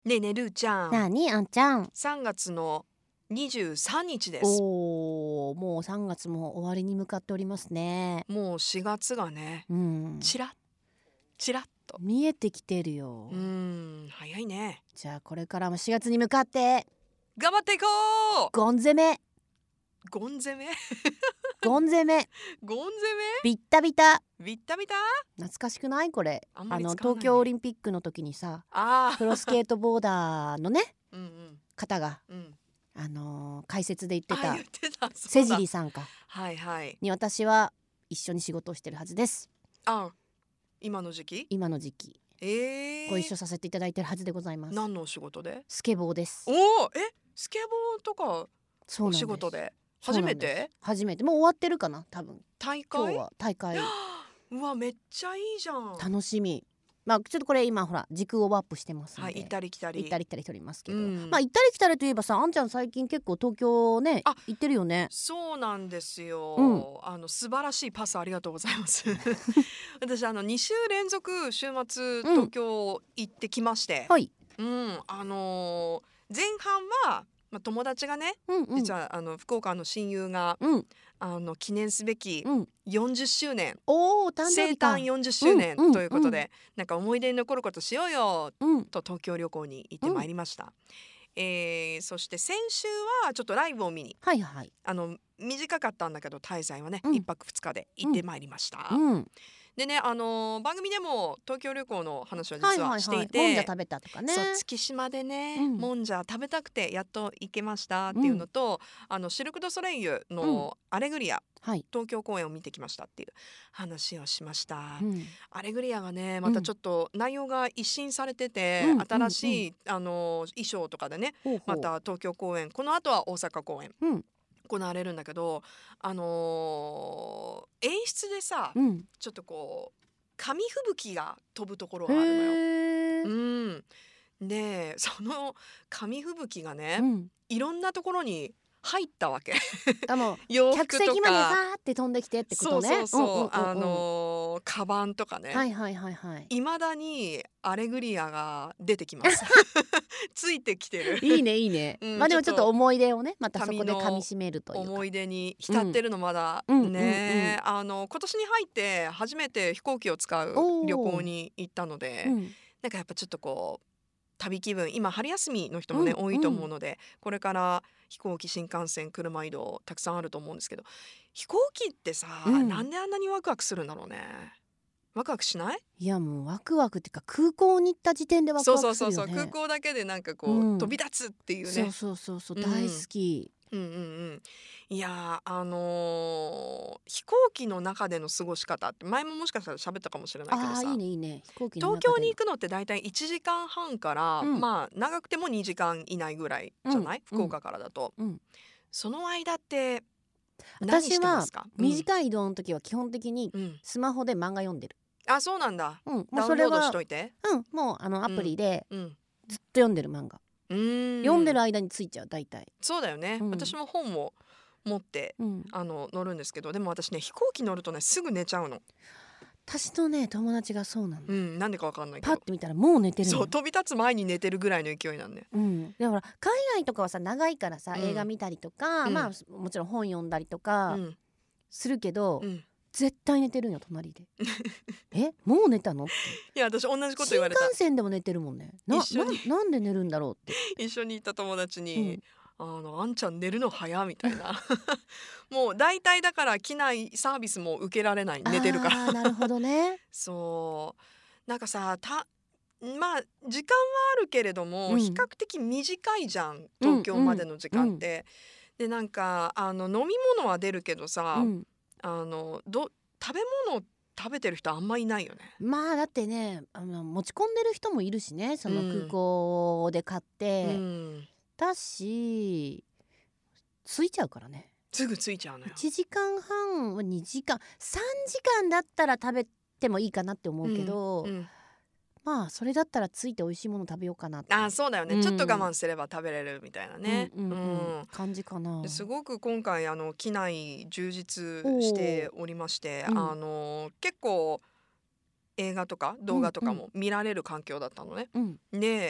ねえねえるーちゃん、 なにあんちゃん。 3月の23日です。 おー、もう3月も終わりに向かっておりますね。 もう4月がね、チラッチラッと見えてきてるよ。 早いね。 じゃあこれからも4月に向かって頑張っていこう。 ゴン攻めゴン攻めゴン攻めゴン攻ビッタビタ。 めビッタビタ。 懐かしくないこれ。 あんまり使わないね東京オリンピックの時にさ、 あプロスケートボーダーのねうん方がうん解説で言ってた言ってた。そうだ瀬尻さんかはいはい。 に私は一緒に仕事をしてるはずです。 今の時期今の時期ご一緒させていただいてるはずでございます。 何のお仕事で？ スケボーです。 スケボーとかおそうなんです。 仕事でそうなんです。初めてもう終わってるかな多分。 大今日会は大会うわめっちゃいいじゃん。 楽しみ。ちょっとこれ今ほら時空オーバーアップしてますんで、 行ったり来たり行ったり来たりしておりますけど、 うん行ったり来たりといえばさ、あんちゃん最近結構東京ね行ってるよね。 そうなんですよ、 うん素晴らしいパスありがとうございます私2週連続週末うん東京行ってきまして、 はい。 前半は、友達がね、実は福岡の親友が、記念すべき40周年、生おー誕生日か。 誕40周年ということで、なんか思い出に残ることしようよと東京旅行に行ってまいりました。そして先週はちょっとライブを見に、 はいはい。 短かったんだけど滞在はね、 うん 1泊2日で行ってまいりました。でね、番組でも東京旅行の話を実はしていて、 もんじゃ食べたとかね。 そう月島でね、 うんもんじゃ食べたくてやっと行けましたっていうのと、シルク・ドゥ・ソレイユのアレグリア、 はい。 東京公演を見てきましたっていう話をしました。 うんアレグリアがねまたちょっと内容が一新されてて、 うん新しい、衣装とかでね、 ほうほうまた東京公演、この後は大阪公演うん行われるんだけど、演出でさ、 うんちょっとこう紙吹雪が飛ぶところがあるのよ。 へーでその紙吹雪がね、 うんいろんなところに入ったわけもう洋服と客席までさか、 ーって飛んできてってことね。 カバンとかね、 はいはいはいはい。 未だにアレグリアが出てきますついてきてるいいねいいね。でもちょっと思い出をねまたそこで噛み締めるというか。 思い出に浸ってるのまだうんね、今年に入って初めて飛行機を使う旅行に行ったので、なんかやっぱちょっとこう旅気分、今春休みの人もね、多いと思うので、これから飛行機、新幹線、車移動たくさんあると思うんですけど、飛行機ってさ、なんであんなにワクワクするんだろうね。ワクワクしない？ いやもうワクワクっていうか空港に行った時点でワクワクするよね。 空港だけでなんかこう、飛び立つっていうね。 そう大好き。 いや飛行機の中での過ごし方って前ももしかしたら喋ったかもしれないけどさ、 いいねいいね。飛行機の中で東京に行くのってだいたい1時間半から、長くても2時間以内ぐらいじゃない？福岡からだと、その間って何してますか？ 短い移動の時は基本的にスマホで漫画読んでる。 そうなんだ。 もうダウンロードしといて。 もうアプリでずっと読んでる漫画。 読んでる間についちゃう大体。 そうだよね、私も本を持って、乗るんですけど、でも私ね飛行機乗るとねすぐ寝ちゃうの。 私のね友達がそうなの。 なんでかわかんないけど、 パッて見たらもう寝てるの。 そう飛び立つ前に寝てるぐらいの勢いなんで。 でほら海外とかはさ長いからさ、映画見たりとか、もちろん本読んだりとかするけど、絶対寝てるんよ隣でもう寝たのって。 いや私同じこと言われた。 新幹線でも寝てるもんね。なんで寝るんだろうって一緒に行った友達に、あんちゃん寝るの早みたいなもう大体だから機内サービスも受けられない、寝てるからなるほどねそうなんかさ時間はあるけれども、比較的短いじゃん東京までの時間って、でなんか飲み物は出るけどさ、食べ物食べてる人あんまいないよね。 だってね持ち込んでる人もいるしね、その空港で買って、だしついちゃうからね。 すぐついちゃうのよ。 1時間半2時間3時間だったら食べてもいいかなって思うけど、それだったらついて美味しいもの食べようかなって。 そうだよね、ちょっと我慢すれば食べれるみたいなね、 感じかな。 すごく今回機内充実しておりまして、結構映画とか動画とかも見られる環境だったのね。で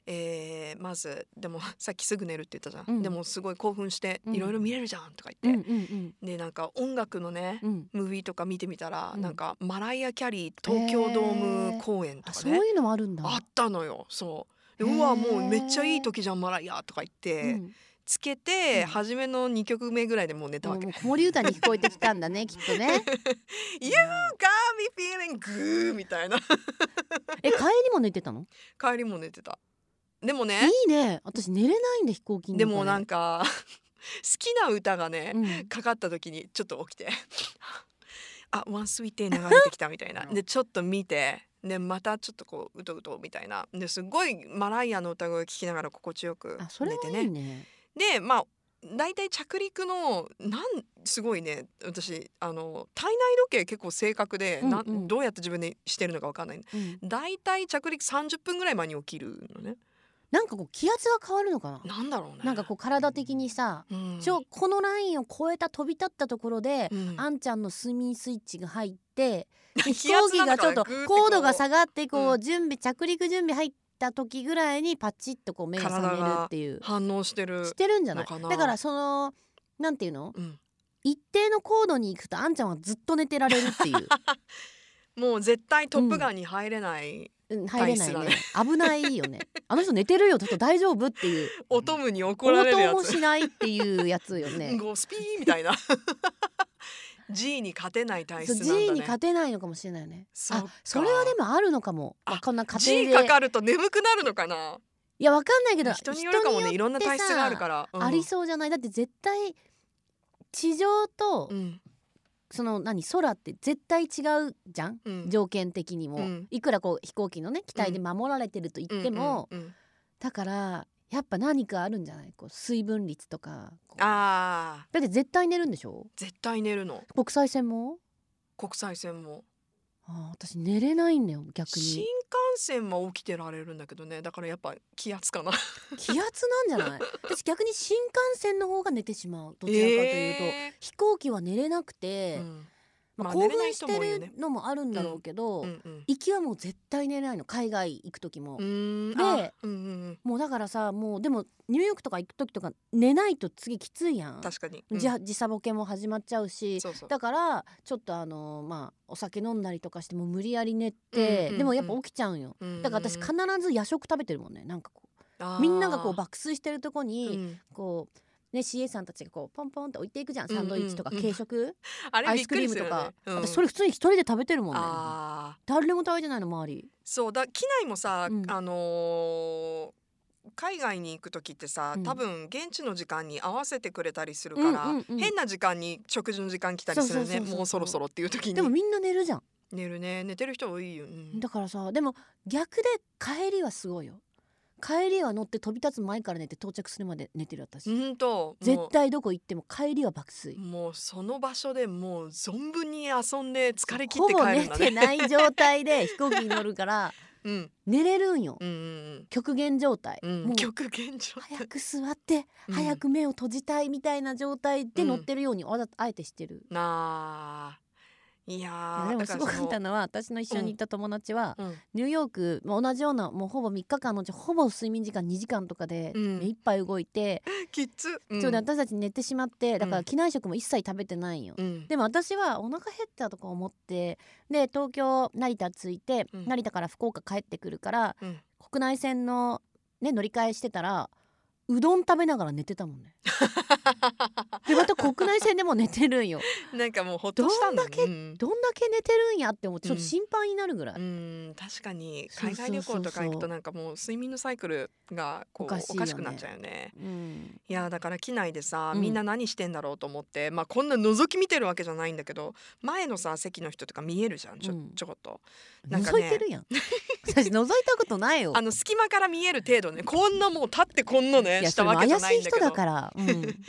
まずでもさっきすぐ寝るって言ったじゃん、でもすごい興奮していろいろ見れるじゃんとか言って、でなんか音楽のね、ムービーとか見てみたら、なんかマライア・キャリー東京ドーム公演とかね、 そういうのもあるんだ。 あったのよ。そうで、うわもうめっちゃいい時じゃんマライアとか言って、つけて、初めの2曲目ぐらいでもう寝たわけ。 もう子守歌に聞こえてきたんだねきっとね。 You got me feeling good みたいな。帰りも寝てたの？ 帰りも寝てた。でもね、 いいね。私寝れないんで飛行機に。 でもなんか好きな歌がね、かかった時にちょっと起きてあ、ワンスイーティー流れてきたみたいなでちょっと見て、でまたちょっとこううとうとみたいなですごいマライアの歌声聞きながら心地よく寝てね。 いいね。 でまあだいたい着陸のすごいね、私体内時計結構正確で、どうやって自分でしてるのか分かんない、だいたい着陸30分ぐらい前に起きるのね。 なんかこう気圧が変わるのかな。 なんだろうね。 なんかこう体的にさ、このラインを越えた飛び立ったところで、あんちゃんの睡眠スイッチが入って飛行機がちょっと高度が下がってこう着陸準備入った時ぐらいにパチッとこう目が覚めるっていう反応してるんじゃない。だからなんていうの、一定の高度に行くとあんちゃんはずっと寝てられるっていうもう絶対トップガンに入れない、 入れないね。危ないよね。あの人寝てるよ、ちょっと大丈夫っていう。 お供に怒られるやつ。 応答もしないっていうやつよね。 ゴスピーみたいな。G に勝てない体質なんだね。 G に勝てないのかもしれないよね。それはでもあるのかも。こんな家庭で G かかると眠くなるのかな。 いやわかんないけど、 人によるかもね。いろんな体質があるから、 ありそうじゃない。だって絶対地上と、空って絶対違うじゃん、条件的にも、いくらこう飛行機のね機体で守られてると言っても、だからやっぱ何かあるんじゃない？こう水分率とか。だって絶対寝るんでしょ？ 絶対寝るの。 国際線も？ 国際線も。 私寝れないんだよ逆に。 新幹線は起きてられるんだけどね。だからやっぱ気圧かな。 気圧なんじゃない？私逆に新幹線の方が寝てしまう。どちらかというと、飛行機は寝れなくて、興奮してるのもあるんだろうけど、行きはもう絶対寝れないの。海外行く時も。で、もうだからさ、もうでもニューヨークとか行く時とか寝ないと次きついやん。 確かに。 時差ボケも始まっちゃうし、だからちょっとお酒飲んだりとかしても無理やり寝て、でもやっぱ起きちゃうんよ。だから私必ず夜食食べてるもんね。なんかこうみんながこう爆睡してるとこにこう。CA さんたちがこうポンポンって置いていくじゃん。サンドイッチとか軽食、アイスクリームとか、私それ普通に一人で食べてるもんね。誰も食べてないの周り。 そうだ、機内もさ、海外に行く時ってさ、多分現地の時間に合わせてくれたりするから、変な時間に食事の時間来たりするね。もうそろそろっていう時に。 でもみんな寝るじゃん。 寝るね。寝てる人多いよ、 だからさ、でも逆で帰りはすごいよ。帰りは乗って飛び立つ前から寝て到着するまで寝てる私。絶対どこ行っても帰りは爆睡。 もうその場所でもう存分に遊んで疲れ切って帰るんだね。 ほぼ寝てない状態で飛行機に乗るから寝れるんよ。極限状態。 極限状態。 早く座って早く目を閉じたいみたいな状態で乗ってるようにあえてしてる。いやでもすごかったのは、私の一緒に行った友達は、ニューヨーク同じようなもうほぼ3日間のうちほぼ睡眠時間2時間とかで目いっぱい動いて、 きつ、 そうで私たち寝てしまって、だから機内食も一切食べてないんよ。でも私はお腹減ったとか思って、で東京成田着いて、成田から福岡帰ってくるから、国内線のね乗り換えしてたらうどん食べながら寝てたもんね。でまた国内線でも寝てるんよ。 なんかもうほっとしたんだね。 どんだけ寝てるんやって思ってちょっと心配になるぐらい。 確かに海外旅行とか行くとなんかもう睡眠のサイクルがこうおかしくなっちゃうよね。いやだから機内でさ、みんな何してんだろうと思って、こんな覗き見てるわけじゃないんだけど、前のさ席の人とか見えるじゃん。ちょこっとなんかね、覗いてるやん。私覗いたことないよ。 隙間から見える程度ね。こんなもう立ってこんなねしたわけじゃないんだけど。 怪しい人だから。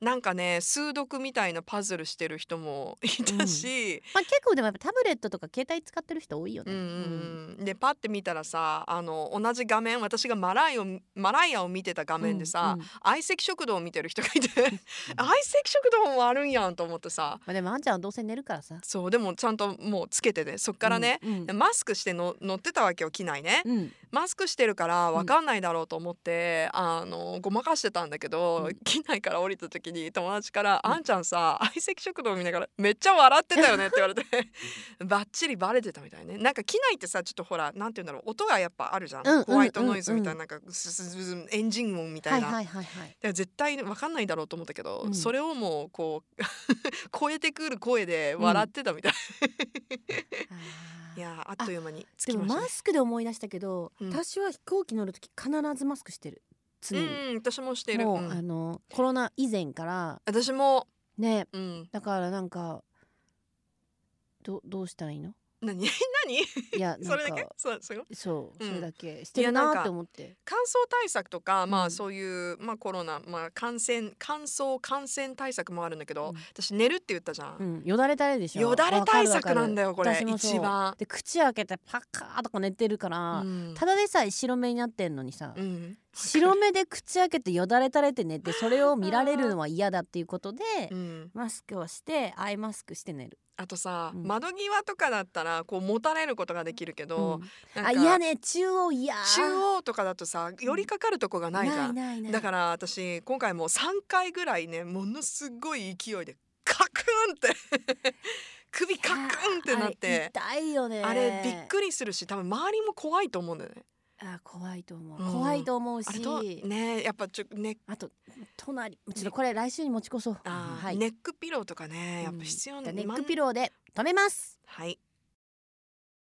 なんかね数読みたいなパズルしてる人もいたし、 まあ、結構でもやっぱタブレットとか携帯使ってる人多いよね。 でパッて見たらさ同じ画面、私がマライアを見てた画面でさ、相席食堂を見てる人がいて相席食堂もあるんやんと思ってさ、 まあ、でもあんちゃんはどうせ寝るからさ。 そうでもちゃんともうつけてね、そっからね、マスクして乗ってたわけよ機内ね、マスクしてるから分かんないだろうと思って、ごまかしてたんだけど、機内から降りた時に友達から「あんちゃんさ相席食堂を見ながらめっちゃ笑ってたよね」って言われてバッチリバレてたみたいね。なんか機内ってさちょっとほらなんて言うんだろう、音がやっぱあるじゃん、ホワイトノイズみたいな、なんかエンジン音みたいな、だから絶対分かんないだろうと思ったけど、それをもうこう超えてくる声で笑ってたみたい、いやあっという間に着きましたね。 でもマスクで思い出したけど、私は飛行機乗るとき必ずマスクしてる。常に。 私もしてる。 もう、コロナ以前から私もね、だからなんかどうしたらいいの？ 何いやそれだけそうそれだけしてるなって思って、 乾燥対策とか、まあそういう、まあ、コロナ、まあ、乾燥感染対策もあるんだけど、私寝るって言ったじゃん、 よだれ垂れでしょ。 よだれ対策なんだよこれ一番で、口開けてパカーとか寝てるから、ただでさえ白目になってんのにさ、白目で口開けてよだれ垂れて寝てそれを見られるのは嫌だっていうことで、マスクをしてアイマスクして寝る。 あとさ、窓際とかだったらこう持たれることができるけど、 嫌ね、中央とかだとさ寄りかかるとこがないじゃん。だから私今回もう3回ぐらいね、ものすごい勢いでカクンって首カクンってなって、 痛いよね。 あれびっくりするし、多分周りも怖いと思うんだよね。 怖いと思うし、 ね、やっぱね、 あと隣ちょっとこれ来週に持ち越そう。 ネックピローとかね、やっぱ必要なネックピローで止めます。 はい。